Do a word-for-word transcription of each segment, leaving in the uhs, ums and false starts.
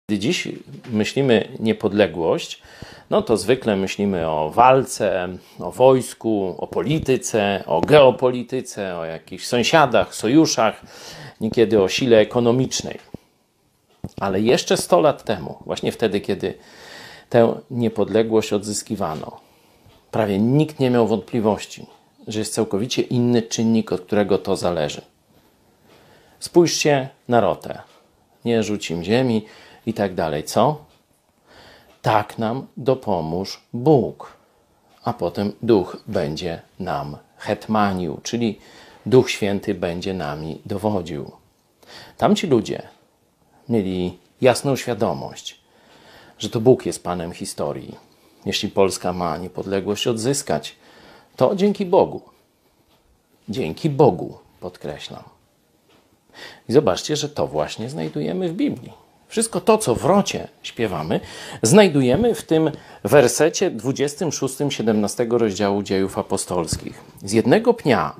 Gdy dziś myślimy niepodległość, no to zwykle myślimy o walce, o wojsku, o polityce, o geopolityce, o jakichś sąsiadach, sojuszach, niekiedy o sile ekonomicznej. Ale jeszcze sto lat temu, właśnie wtedy, kiedy tę niepodległość odzyskiwano, prawie nikt nie miał wątpliwości, że jest całkowicie inny czynnik, od którego to zależy. Spójrzcie na Rotę. Nie rzuć im ziemi i tak dalej. Co? Tak nam dopomóż Bóg. A potem Duch będzie nam hetmanił, czyli Duch Święty będzie nami dowodził. Tamci ludzie mieli jasną świadomość, że to Bóg jest Panem historii. Jeśli Polska ma niepodległość odzyskać, to dzięki Bogu. Dzięki Bogu, podkreślam. I zobaczcie, że to właśnie znajdujemy w Biblii. Wszystko to, co w Rocie śpiewamy, znajdujemy w tym wersecie dwudziestym szóstym siedemnastego rozdziału Dziejów Apostolskich. Z jednego pnia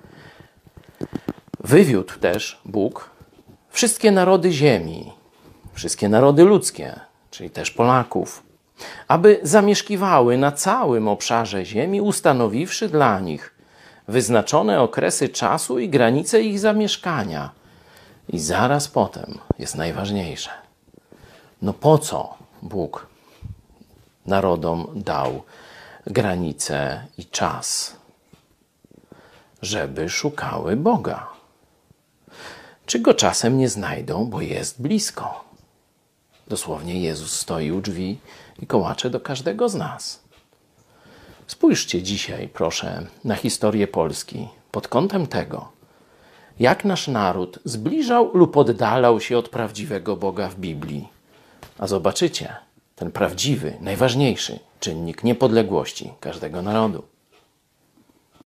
wywiódł też Bóg wszystkie narody ziemi, wszystkie narody ludzkie, czyli też Polaków, aby zamieszkiwały na całym obszarze ziemi, ustanowiwszy dla nich wyznaczone okresy czasu i granice ich zamieszkania. I zaraz potem jest najważniejsze. No po co Bóg narodom dał granice i czas? Żeby szukały Boga. Czy Go czasem nie znajdą, bo jest blisko? Dosłownie Jezus stoi u drzwi i kołacze do każdego z nas. Spójrzcie dzisiaj, proszę, na historię Polski pod kątem tego, jak nasz naród zbliżał lub oddalał się od prawdziwego Boga w Biblii. A zobaczycie, ten prawdziwy, najważniejszy czynnik niepodległości każdego narodu.